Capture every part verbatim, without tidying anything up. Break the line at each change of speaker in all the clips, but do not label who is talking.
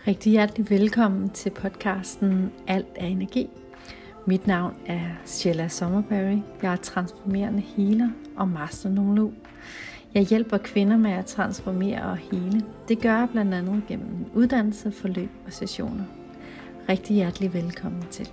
Rigtig hjertelig velkommen til podcasten Alt er energi. Mit navn er Sheila Sommerberry. Jeg er transformerende healer og masternomolog. Jeg hjælper kvinder med at transformere og hele. Det gør jeg blandt andet gennem uddannelse, forløb og sessioner. Rigtig hjertelig velkommen til.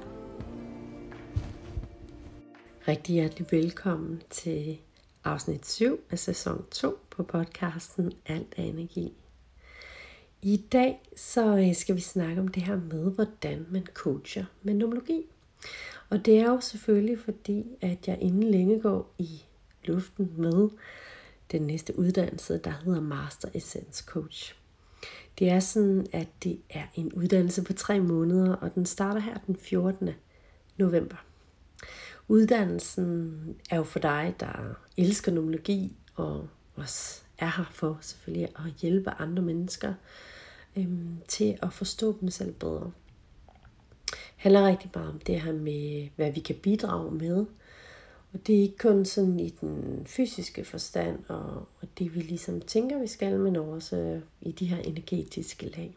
Rigtig hjertelig velkommen til afsnit syv af sæson to på podcasten Alt er energi. I dag så skal vi snakke om det her med, hvordan man coacher med nomologi. Og det er jo selvfølgelig fordi, at jeg inden længe går i luften med den næste uddannelse, der hedder Master Essence Coach. Det er sådan, at det er en uddannelse på tre måneder, og den starter her den fjortende november. Uddannelsen er jo for dig, der elsker nomologi, og også er her for selvfølgelig at hjælpe andre mennesker øhm, til at forstå dem selv bedre. Det handler rigtig meget om det her med, hvad vi kan bidrage med. Og det er ikke kun sådan i den fysiske forstand, og, og det vi ligesom tænker, vi skal, men også i de her energetiske lag.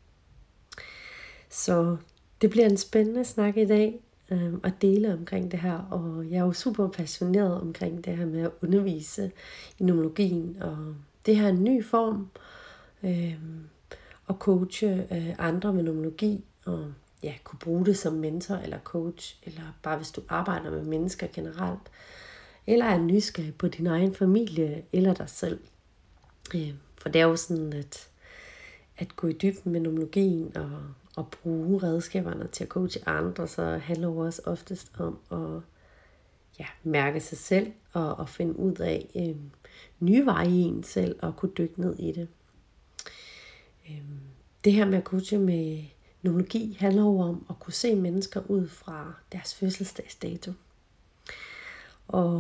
Så det bliver en spændende snak i dag øhm, at dele omkring det her, og jeg er jo super passioneret omkring det her med at undervise i nomologien, og det her er en ny form øhm, at coache øh, andre med nomologi, og ja, kunne bruge det som mentor eller coach, eller bare hvis du arbejder med mennesker generelt, eller er nysgerrig på din egen familie eller dig selv. Øh, for det er jo sådan, at, at gå i dybden med nomologien og, og bruge redskaberne til at coache andre, så handler det også oftest om at ja, mærke sig selv og, og finde ud af øh, nye veje i en selv og kunne dykke ned i det. Øh, det her med at coache med nomologi handler jo om at kunne se mennesker ud fra deres fødselsdagsdato. Og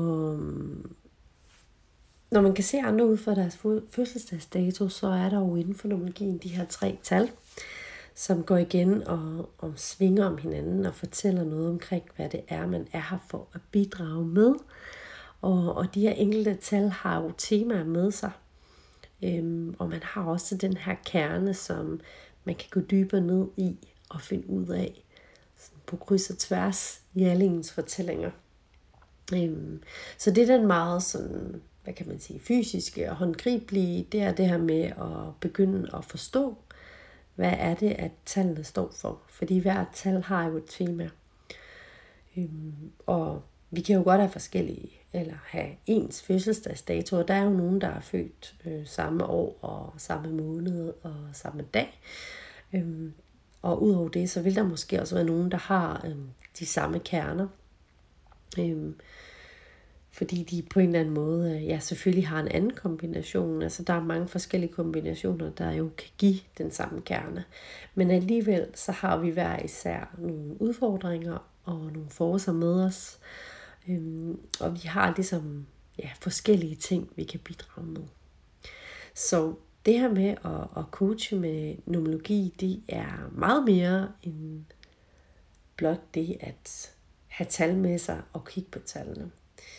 når man kan se andre ud fra deres fødselsdagsdato, så er der jo inden for nomologien de her tre tal, som går igen og, og svinger om hinanden og fortæller noget omkring, hvad det er, man er her for at bidrage med. Og, og de her enkelte tal har jo temaer med sig. Øhm, og man har også den her kerne, som man kan gå dybere ned i og finde ud af sådan på kryds og tværs i alle ens fortællinger. Øhm, så det er den meget sådan, hvad kan man sige, fysiske og håndgribelige, det er det her med at begynde at forstå, hvad er det, at tallene står for. Fordi hvert tal har jo et tema. Øhm, og vi kan jo godt have forskellige, eller have ens fødselsdagsdato, og der er jo nogen, der er født øh, samme år og samme måned og samme dag. Øhm, og udover det, så vil der måske også være nogen, der har øh, de samme kerner. Øhm, fordi de på en eller anden måde, øh, ja, selvfølgelig har en anden kombination. Altså der er mange forskellige kombinationer, der jo kan give den samme kerne. Men alligevel, så har vi hver især nogle udfordringer og nogle forser med os. Øhm, og vi har ligesom ja, forskellige ting, vi kan bidrage med. Så det her med at, at coache med nomologi, det er meget mere end blot det at have tal med sig og kigge på tallene.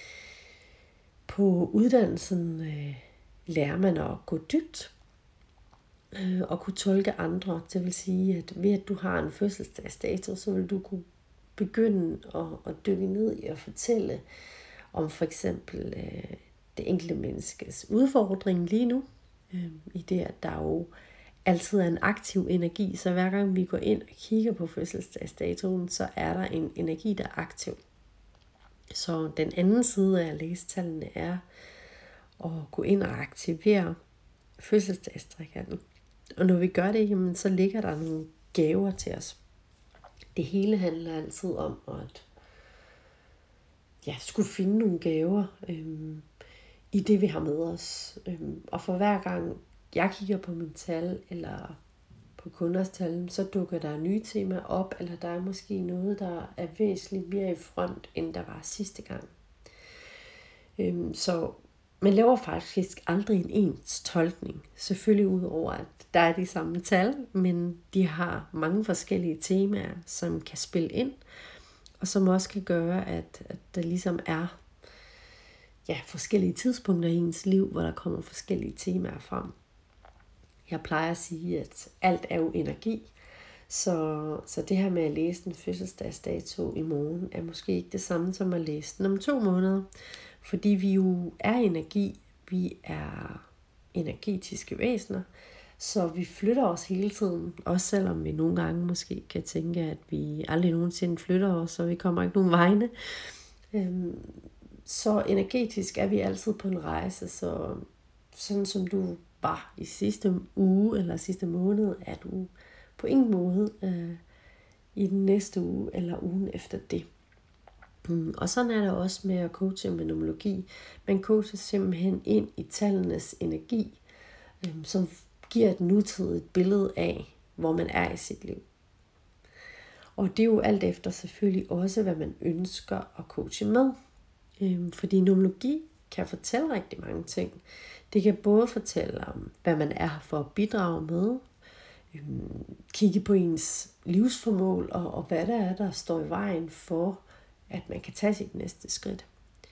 På uddannelsen øh, lærer man at gå dybt øh, og kunne tolke andre. Det vil sige, at ved at du har en fødselsdagsdato, så vil du kunne begynde at, at dykke ned i at fortælle om for eksempel øh, det enkelte menneskes udfordring lige nu. Øh, I det, at der jo altid er en aktiv energi, så hver gang vi går ind og kigger på fødselsdagsdatoen, så er der en energi, der er aktiv. Så den anden side af at læse tallene er at gå ind og aktivere fødselsdagstrikken. Og når vi gør det, jamen, så ligger der nogle gaver til os. Det hele handler altid om at ja, skulle finde nogle gaver øhm, i det, vi har med os. Øhm, og for hver gang jeg kigger på min tal, eller på kunders tal, så dukker der nye temaer op, eller der er måske noget, der er væsentligt mere i front, end der var sidste gang. Øhm, så man laver faktisk aldrig en ens tolkning. Selvfølgelig ud over, at der er de samme tal, men de har mange forskellige temaer, som kan spille ind, og som også kan gøre, at, at der ligesom er ja, forskellige tidspunkter i ens liv, hvor der kommer forskellige temaer frem. Jeg plejer at sige, at alt er jo energi. Så, så det her med at læse en fødselsdagsdato i morgen, er måske ikke det samme som at læse den om to måneder. Fordi vi jo er energi, vi er energetiske væsener, så vi flytter os hele tiden. Også selvom vi nogle gange måske kan tænke, at vi aldrig nogensinde flytter os, så vi kommer ikke nogen vegne. Øhm, så energetisk er vi altid på en rejse, så sådan som du var i sidste uge eller sidste måned, er du på ingen måde øh, i den næste uge eller ugen efter det. Mm, og sådan er det også med at coache med numerologi. Man coacher simpelthen ind i tallenes energi, øh, som giver et nutidigt billede af, hvor man er i sit liv. Og det er jo alt efter selvfølgelig også, hvad man ønsker at coache med. Øh, fordi numerologi kan fortælle rigtig mange ting. Det kan både fortælle om, hvad man er her for at bidrage med, kigge på ens livsformål, og, og hvad der er, der står i vejen for, at man kan tage sit næste skridt.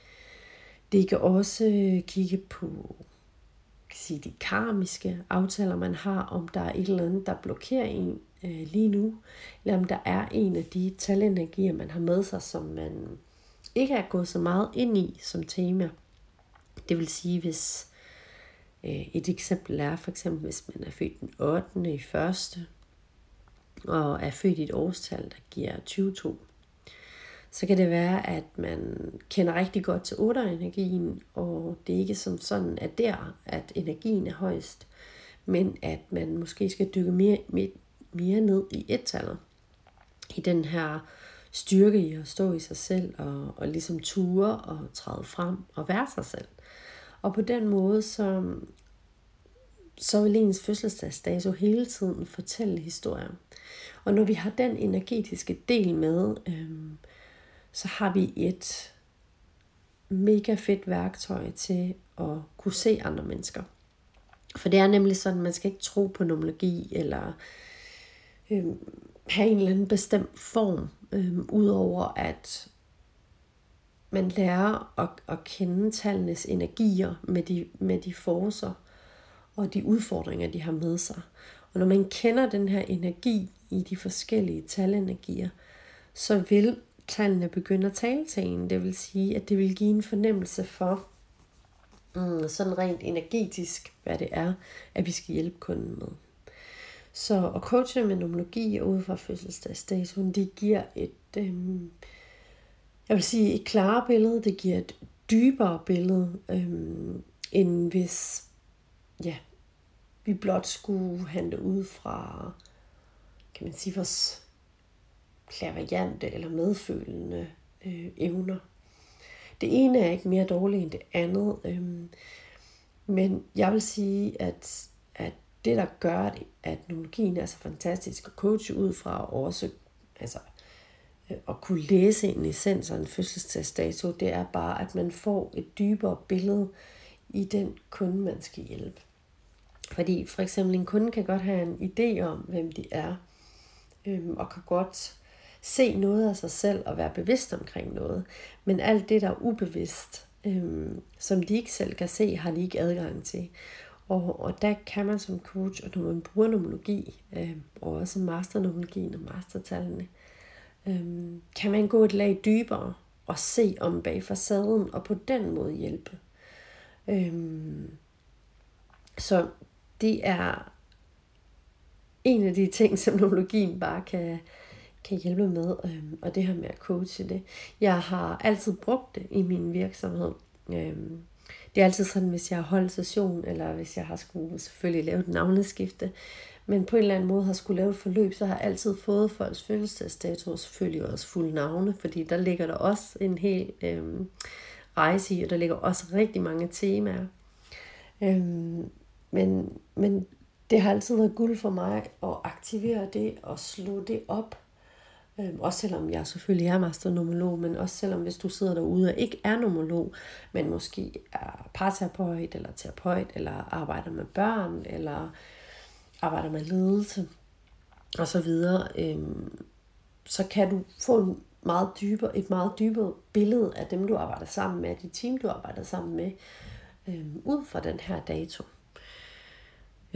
Det kan også kigge på kan sige, de karmiske aftaler, man har, om der er et eller andet, der blokerer en øh, lige nu, eller om der er en af de talenergier, man har med sig, som man ikke er gået så meget ind i som tema. Det vil sige, hvis et eksempel er for eksempel, hvis man er født den ottende i første, og er født i et årstal, der giver tyve to, så kan det være, at man kender rigtig godt til otter-energien, og det er ikke som sådan, at der, at energien er højst, men at man måske skal dykke mere, mere, mere ned i et-tallet, i den her styrke i at stå i sig selv, og, og ligesom ture og træde frem og være sig selv. Og på den måde, så, så vil ens fødselsdagsdato hele tiden fortælle historier. Og når vi har den energetiske del med, øhm, så har vi et mega fedt værktøj til at kunne se andre mennesker. For det er nemlig sådan, at man skal ikke tro på numerologi, eller øhm, have en eller anden bestemt form, øhm, udover at man lærer at, at kende tallenes energier med de, med de forcer og de udfordringer, de har med sig. Og når man kender den her energi i de forskellige talenergier, så vil tallene begynde at tale til en. Det vil sige, at det vil give en fornemmelse for, mm, sådan rent energetisk, hvad det er, at vi skal hjælpe kunden med. Så at coache med numerologi ud fra fødselsdagsdatoen, det giver et... Øhm, Jeg vil sige et klarere billede, det giver et dybere billede, øhm, end hvis ja, vi blot skulle handle ud fra, kan man sige, vores klaverjante eller medfølende øh, evner. Det ene er ikke mere dårligt end det andet, øhm, men jeg vil sige, at, at det der gør, at numerologien er så fantastisk at coache ud fra, og også altså, at kunne læse en essens og en fødselsdagsdato, det er bare, at man får et dybere billede i den kunde, man skal hjælpe. Fordi for eksempel en kunde kan godt have en idé om, hvem de er, øhm, og kan godt se noget af sig selv og være bevidst omkring noget. Men alt det, der er ubevidst, øhm, som de ikke selv kan se, har de ikke adgang til. Og, og der kan man som coach, og når man bruger numerologi, øhm, og også masternumerologien og mastertallene, øhm, kan man gå et lag dybere og se om bag facaden, og på den måde hjælpe. Øhm, så det er en af de ting, som numerologien bare kan, kan hjælpe med, øhm, og det her med at coache det. Jeg har altid brugt det i min virksomhed. Øhm, det er altid sådan, hvis jeg har holdt session, eller hvis jeg har skulle selvfølgelig lave et navneskifte, men på en eller anden måde har skulle lave et forløb, så har jeg altid fået folks fødselsdagsdato, og selvfølgelig også fulde navne, fordi der ligger der også en hel øhm, rejse i, og der ligger også rigtig mange temaer. Øhm, men, men det har altid været guld for mig at aktivere det og slå det op. Øhm, også selvom jeg selvfølgelig er masternumerolog, men også selvom hvis du sidder derude og ikke er numerolog, men måske er parterapeut eller terapeut, eller arbejder med børn, eller arbejder med ledelse og så videre, øhm, så kan du få en meget dybere, et meget dybere billede af dem, du arbejder sammen med, de team, du arbejder sammen med, øhm, ud fra den her dato.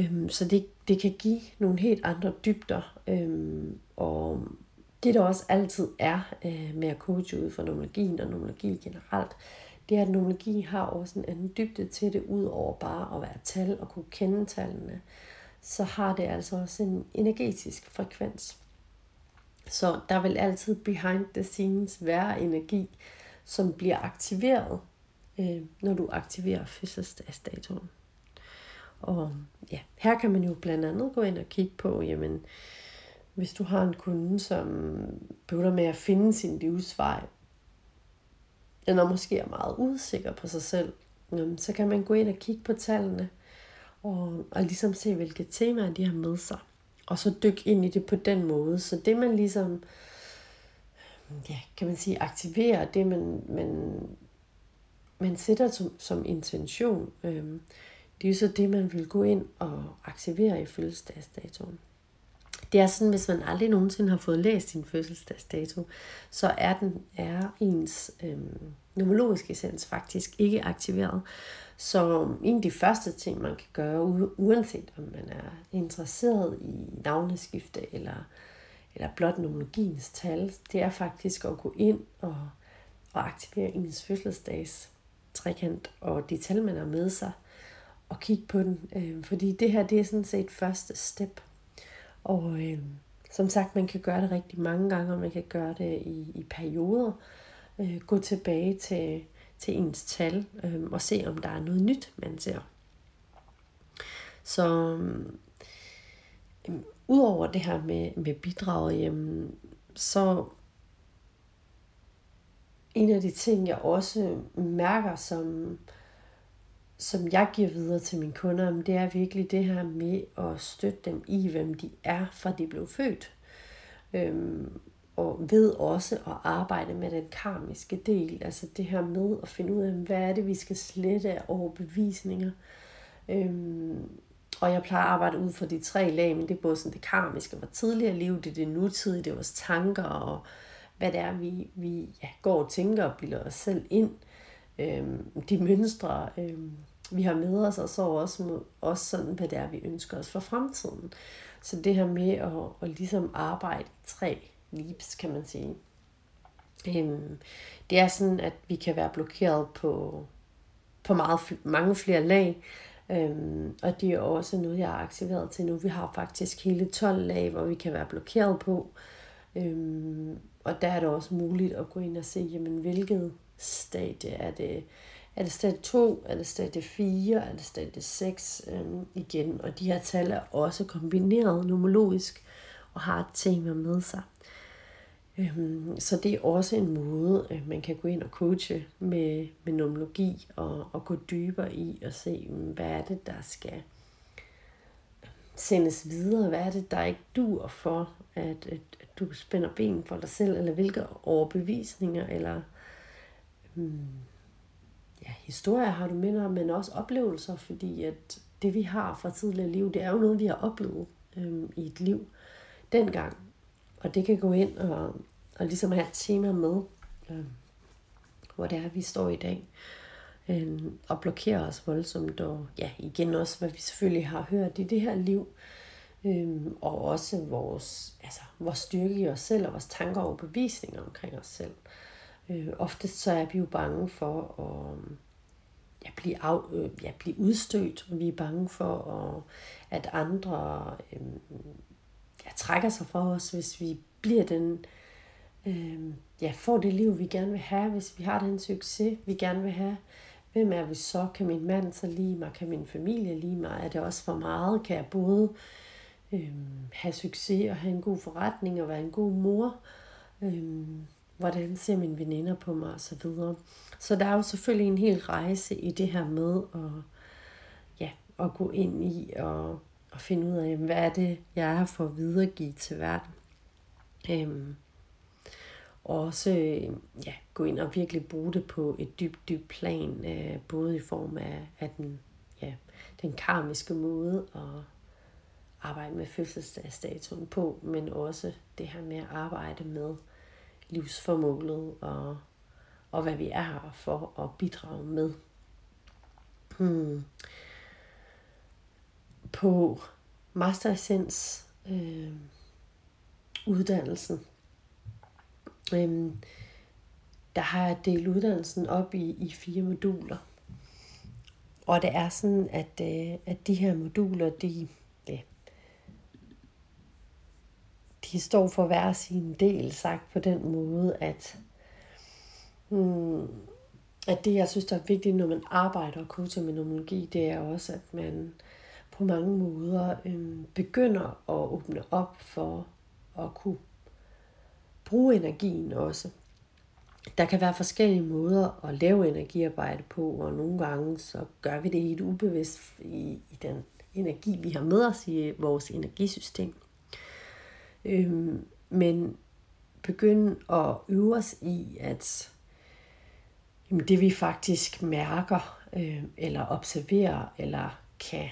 Øhm, så det, det kan give nogle helt andre dybder, øhm, og det der også altid er øh, med at coache ud for numerologien og numerologi generelt, det er, at numerologi har også en anden dybde til det, ud over bare at være tal og kunne kende tallene, så har det altså også en energetisk frekvens. Så der vil altid behind the scenes være energi, som bliver aktiveret, øh, når du aktiverer fødselsdagsdatoen. Og ja, her kan man jo blandt andet gå ind og kigge på, jamen, hvis du har en kunde, som bøvler med at finde sin livsvej, eller måske er meget usikker på sig selv, jamen, så kan man gå ind og kigge på tallene, og, og ligesom se, hvilke temaer de har med sig. Og så dykke ind i det på den måde. Så det man ligesom, ja, kan man sige, aktiverer, det man, man, man sætter som, som intention, øhm, det er jo så det, man vil gå ind og aktivere i fødselsdagsdatoen. Det er sådan, hvis man aldrig nogensinde har fået læst sin fødselsdagsdato, så er den er ens øhm, numerologiske essens faktisk ikke aktiveret. Så en af de første ting, man kan gøre, uanset om man er interesseret i navneskifte eller, eller blot numerologiens tal, det er faktisk at gå ind og, og aktivere ens fødselsdags trekant og de tal, man har med sig, og kigge på den. Øh, fordi det her, det er sådan set første step. Og øh, som sagt, man kan gøre det rigtig mange gange, og man kan gøre det i, i perioder. Øh, gå tilbage til, til ens tal, øh, og se, om der er noget nyt, man ser. Så øh, udover det her med, med bidraget, øh, så en af de ting, jeg også mærker, som, som jeg giver videre til mine kunder, det er virkelig det her med at støtte dem i, hvem de er, fra de blev født. Øhm, og ved også at arbejde med den karmiske del, altså det her med at finde ud af, hvad er det, vi skal slette af overbevisninger. Øhm, og jeg plejer at arbejde ud fra de tre lag, men det er både sådan det karmiske, vores tidligere liv, det er det nutidige, det er vores tanker, og hvad det er, vi, vi ja, går og tænker og bilder os selv ind. Øhm, de mønstre, øhm, vi har med os, og så også, også sådan, hvad det er, vi ønsker os for fremtiden. Så det her med at, at ligesom arbejde i tre leaps, kan man sige. Øhm, det er sådan, at vi kan være blokeret på, på meget, mange flere lag. Øhm, og det er også noget, jeg har aktiveret til nu. Vi har faktisk hele tolv lag, hvor vi kan være blokeret på. Øhm, og der er det også muligt at gå ind og se, jamen, hvilket stadie er det. Er det stadie to? Er det stadie fire? Er det stadie seks? Øhm, igen. Og de her tal er også kombineret numerologisk og har et tema med sig. Øhm, så det er også en måde, at man kan gå ind og coache med, med numerologi og, og gå dybere i og se, hvad er det, der skal sendes videre. Hvad er det, der ikke dur for, at, at, at du spænder ben for dig selv, eller hvilke overbevisninger, eller hmm, ja, historier har du med dig, men også oplevelser, fordi at det, vi har fra tidligere liv, det er jo noget, vi har oplevet øhm, i et liv dengang. Og det kan gå ind og, og ligesom have et tema med, øhm, hvor det er, vi står i dag, øhm, og blokerer os voldsomt, og ja, igen også, hvad vi selvfølgelig har hørt i det her liv, øhm, og også vores, altså, vores styrke i os selv, og vores tanker og bevisninger omkring os selv. Øh, oftest så er vi jo bange for at ja, blive, af, øh, ja, blive udstødt, og vi er bange for, at, at andre øh, ja, trækker sig fra os, hvis vi bliver den, øh, ja, får det liv, vi gerne vil have, hvis vi har den succes, vi gerne vil have. Hvem er vi så? Kan min mand så lide mig? Kan min familie lide mig? Er det også for meget? Kan jeg både øh, have succes og have en god forretning og være en god mor? Øh, hvordan ser mine veninder på mig, og så videre. Så der er jo selvfølgelig en hel rejse i det her med at, ja, at gå ind i og, og finde ud af, hvad er det, jeg er for at videregive til verden. Øhm, og også ja, gå ind og virkelig bruge det på et dybt, dybt plan, øh, både i form af, af den, ja, den karmiske måde at arbejde med fødselsdagsdatoen på, men også det her med at arbejde med livsformålet og, og hvad vi er her for at bidrage med. Hmm. på Master Essence øh, uddannelsen, øh, der har jeg delt uddannelsen op i, i fire moduler. Og det er sådan, at, øh, at de her moduler, de, ja, de står for hver sin del, sagt på den måde, at, hmm, at det, jeg synes, der er vigtigt, når man arbejder og coacher med numerologi, det er også, at man på mange måder øh, begynder at åbne op for at kunne bruge energien også. Der kan være forskellige måder at lave energiarbejde på, og nogle gange så gør vi det helt ubevidst i, i den energi, vi har med os i vores energisystem. Øhm, men begynde at øve os i, at jamen, det vi faktisk mærker, øh, eller observerer, eller kan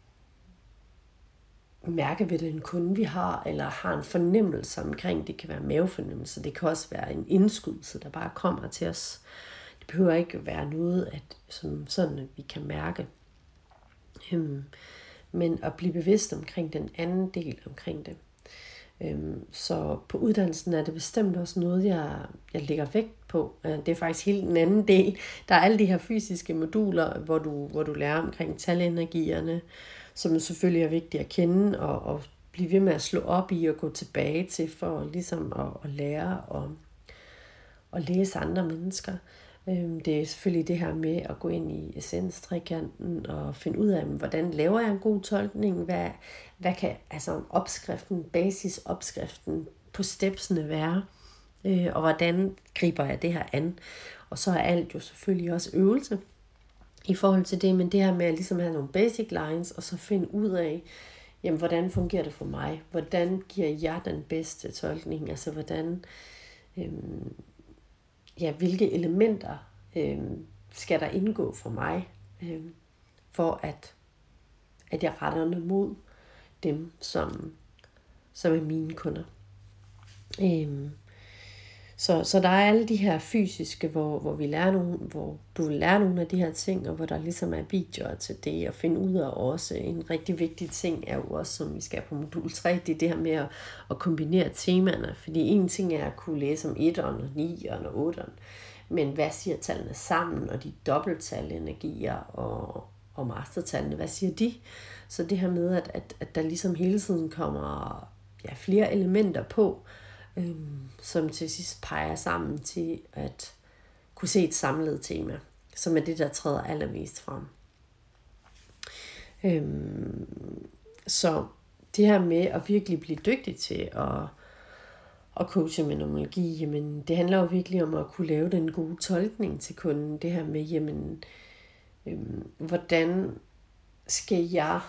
mærke ved den kunde, vi har, eller har en fornemmelse omkring. Det kan være mavefornemmelse, det kan også være en indskydelse, der bare kommer til os. Det behøver ikke være noget, at, som, sådan at vi kan mærke. Øhm, men at blive bevidst omkring den anden del omkring det. Øhm, så på uddannelsen er det bestemt også noget, jeg, jeg lægger vægt på. Det er faktisk helt en anden del. Der er alle de her fysiske moduler, hvor du, hvor du lærer omkring talenergierne, som selvfølgelig er vigtigt at kende og, og blive ved med at slå op i og gå tilbage til for ligesom at, at lære og at læse andre mennesker. Det er selvfølgelig det her med at gå ind i essenstrikanten og finde ud af, hvordan laver jeg en god tolkning, hvad, hvad kan altså opskriften, basisopskriften på stepsene være, og hvordan griber jeg det her an. Og så er alt jo selvfølgelig også øvelse i forhold til det, men det her med at ligesom have nogle basic lines, og så finde ud af, jamen, hvordan fungerer det for mig? Hvordan giver jeg den bedste tolkning? Altså, hvordan, øhm, ja, hvilke elementer øhm, skal der indgå for mig, øhm, for at, at jeg retter noget mod dem, som, som er mine kunder. Øhm, Så, så der er alle de her fysiske, hvor, hvor, vi lærer nogle, hvor du vil lære nogle af de her ting, og hvor der ligesom er videoer til det, og finde ud af også en rigtig vigtig ting, er jo også, som vi skal på modul tre, det er det her med at, at kombinere temaerne. Fordi en ting er at kunne læse om etteren og nieren og otteren, men hvad siger tallene sammen, og de dobbelttalenergier og, og mastertallene, hvad siger de? Så det her med, at, at, at der ligesom hele tiden kommer ja, flere elementer på, Øhm, som til sidst peger sammen til at kunne se et samlet tema, som er det, der træder allermest frem. Øhm, så det her med at virkelig blive dygtig til at, at coache med numerologi, jamen, det handler jo virkelig om at kunne lave den gode tolkning til kunden. Det her med, jamen, øhm, hvordan skal jeg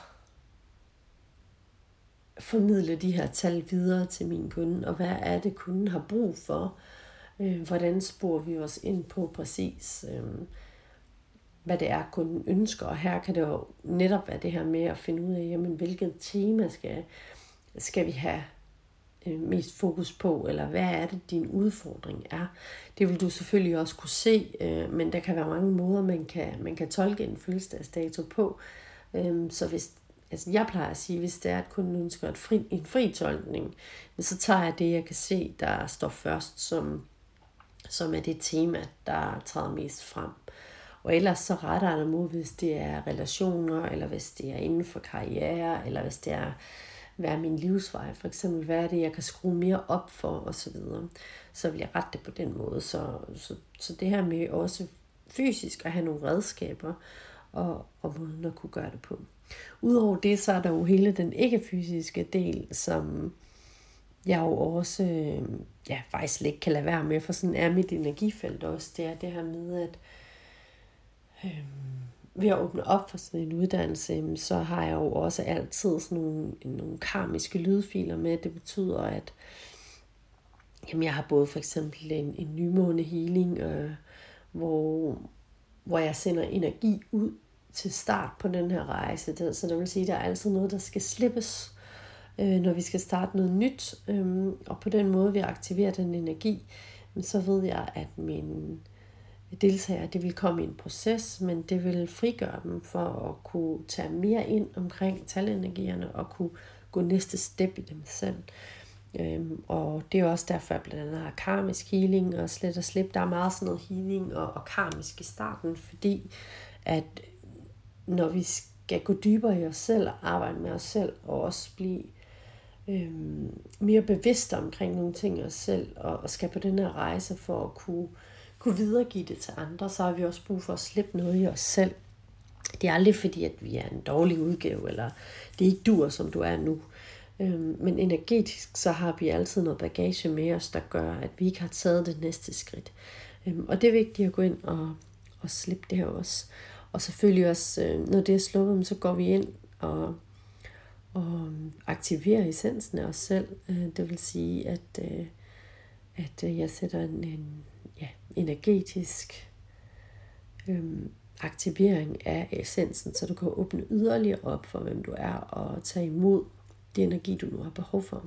formidle de her tal videre til min kunde, og hvad er det, kunden har brug for? Øh, hvordan sporer vi os ind på præcis, øh, hvad det er, kunden ønsker? Og her kan det jo netop være det her med at finde ud af, jamen, hvilket tema skal, skal vi have øh, mest fokus på, eller hvad er det, din udfordring er? Det vil du selvfølgelig også kunne se, øh, men der kan være mange måder, man kan, man kan tolke en fødselsdagsdato på. Øh, så hvis Altså jeg plejer at sige, hvis det er, at kunden ønsker et fri, en fri tolkning, så tager jeg det, jeg kan se, der står først, som, som er det tema, der træder mest frem. Og ellers så retter jeg det mod, hvis det er relationer, eller hvis det er inden for karriere, eller hvis det er, hvad er min livsvej, for eksempel, hvad er det, jeg kan skrue mere op for, osv. Så, så vil jeg rette det på den måde. Så, så, så det her med også fysisk at have nogle redskaber, og, og måden at kunne gøre det på. Udover det, så er der jo hele den ikke-fysiske del, som jeg jo også ja, faktisk slet ikke kan lade være med, for sådan er mit energifelt også. Det er det her med, at øh, ved at åbne op for sådan en uddannelse, så har jeg jo også altid sådan nogle, nogle karmiske lydfiler med. Det betyder, at jamen, jeg har både for eksempel en, en nymåne healing, øh, hvor, hvor jeg sender energi ud til start på den her rejse. Så det vil sige, at der er altid noget, der skal slippes, øh, når vi skal starte noget nyt. Øh, og på den måde, vi aktiverer den energi, så ved jeg, at min, deltagere, det vil komme i en proces, men det vil frigøre dem for at kunne tage mere ind omkring talenergierne og kunne gå næste step i dem selv. Øhm, og det er også derfor, jeg blandt andet har karmisk healing og slet og slip. Der er meget sådan noget healing og, og karmisk i starten, fordi at når vi skal gå dybere i os selv og arbejde med os selv og også blive øhm, mere bevidste omkring nogle ting i os selv og, og skal på den her rejse for at kunne, kunne videregive det til andre, så har vi også brug for at slippe noget i os selv. Det er aldrig fordi, at vi er en dårlig udgave, eller det er ikke dur, som du er nu. Men energetisk, så har vi altid noget bagage med os, der gør, at vi ikke har taget det næste skridt. Og det er vigtigt at gå ind og, og slippe det her også. Og selvfølgelig også, når det er sluppet, så går vi ind og, og aktiverer essensen af os selv. Det vil sige, at, at jeg sætter en, en ja, energetisk øhm, aktivering af essensen, så du kan åbne yderligere op for, hvem du er, og tage imod det energi, du nu har behov for.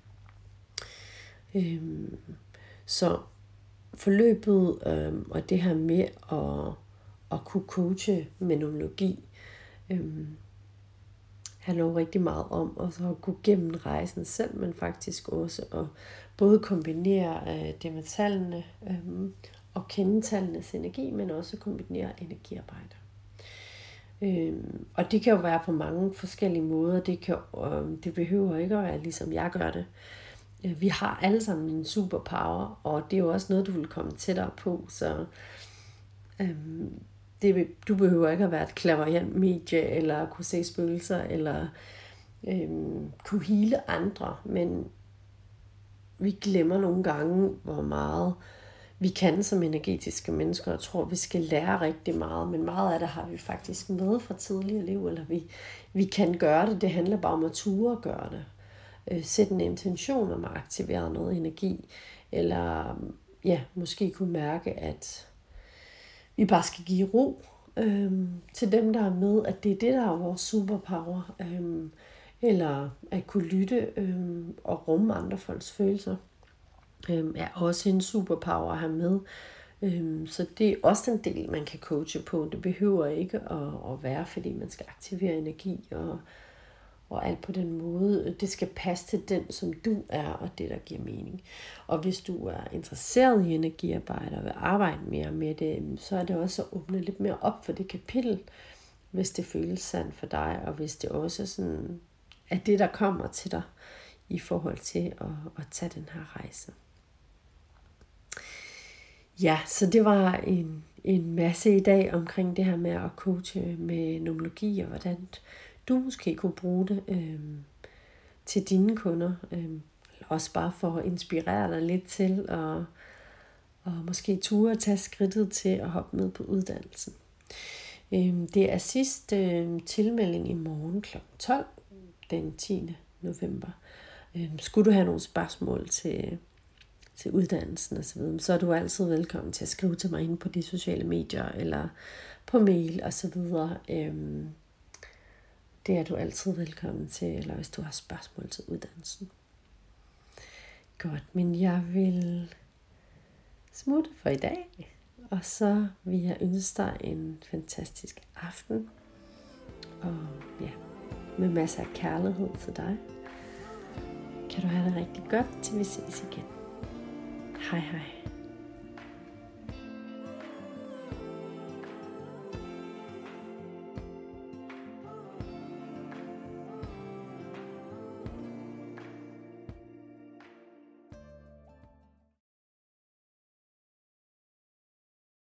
Øhm, så forløbet øhm, og det her med at, at kunne coache med numerologi øhm, handler rigtig meget om at så gå gennem rejsen selv, men faktisk også at både kombinere øh, det med tallene øhm, og kende tallenes energi, men også kombinere energiarbejde. Øhm, og det kan jo være på mange forskellige måder. Det, kan, øh, det behøver ikke at være ligesom jeg gør det. Øh, vi har alle sammen en superpower, og det er jo også noget, du vil komme tættere på. Så øhm, det, du behøver ikke at være et clairvoyant medie, eller kunne se spøgelser, eller øhm, kunne hele andre. Men vi glemmer nogle gange, hvor meget vi kan som energetiske mennesker, og tror, vi skal lære rigtig meget, men meget af det har vi faktisk med fra tidligere liv, eller vi, vi kan gøre det, det handler bare om at ture og gøre det. Øh, sætte en intention om at aktivere noget energi, eller ja, måske kunne mærke, at vi bare skal give ro øh, til dem, der er med, at det er det, der er vores superpower, øh, eller at kunne lytte øh, og rumme andre folks følelser. Øhm, er også en superpower at have med. Øhm, så det er også en del, man kan coache på. Det behøver ikke at, at være, fordi man skal aktivere energi og, og alt på den måde. Det skal passe til den, som du er, og det, der giver mening. Og hvis du er interesseret i energiarbejde og vil arbejde mere med det, så er det også at åbne lidt mere op for det kapitel, hvis det føles sandt for dig, og hvis det også sådan er det, der kommer til dig i forhold til at, at tage den her rejse. Ja, så det var en, en masse i dag omkring det her med at coache med numerologi, og hvordan du måske kunne bruge det øh, til dine kunder. Øh, også bare for at inspirere dig lidt til, og, og måske ture at tage skridtet til at hoppe med på uddannelsen. Øh, det er sidste øh, tilmelding i morgen klokken tolv, den tiende november. Øh, skulle du have nogle spørgsmål til til uddannelsen og så videre, så er du altid velkommen til at skrive til mig inde på de sociale medier, eller på mail og så videre. Øhm, det er du altid velkommen til, eller hvis du har spørgsmål til uddannelsen. Godt, men jeg vil smutte for i dag, og så vil jeg ønske dig en fantastisk aften, og ja, med masser af kærlighed til dig. Kan du have det rigtig godt, til vi ses igen. Hej hej.